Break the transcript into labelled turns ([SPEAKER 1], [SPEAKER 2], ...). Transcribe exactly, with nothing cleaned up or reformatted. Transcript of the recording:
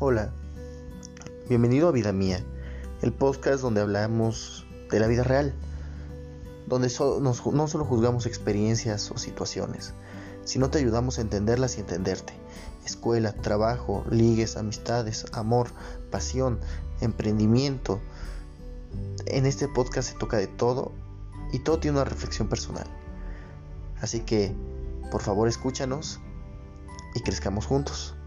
[SPEAKER 1] Hola, bienvenido a Vida Mía, el podcast donde hablamos de la vida real, donde so- nos- no solo juzgamos experiencias o situaciones, sino te ayudamos a entenderlas y entenderte. Escuela, trabajo, ligues, amistades, amor, pasión, emprendimiento. En este podcast se toca de todo y todo tiene una reflexión personal. Así que, por favor, escúchanos y crezcamos juntos.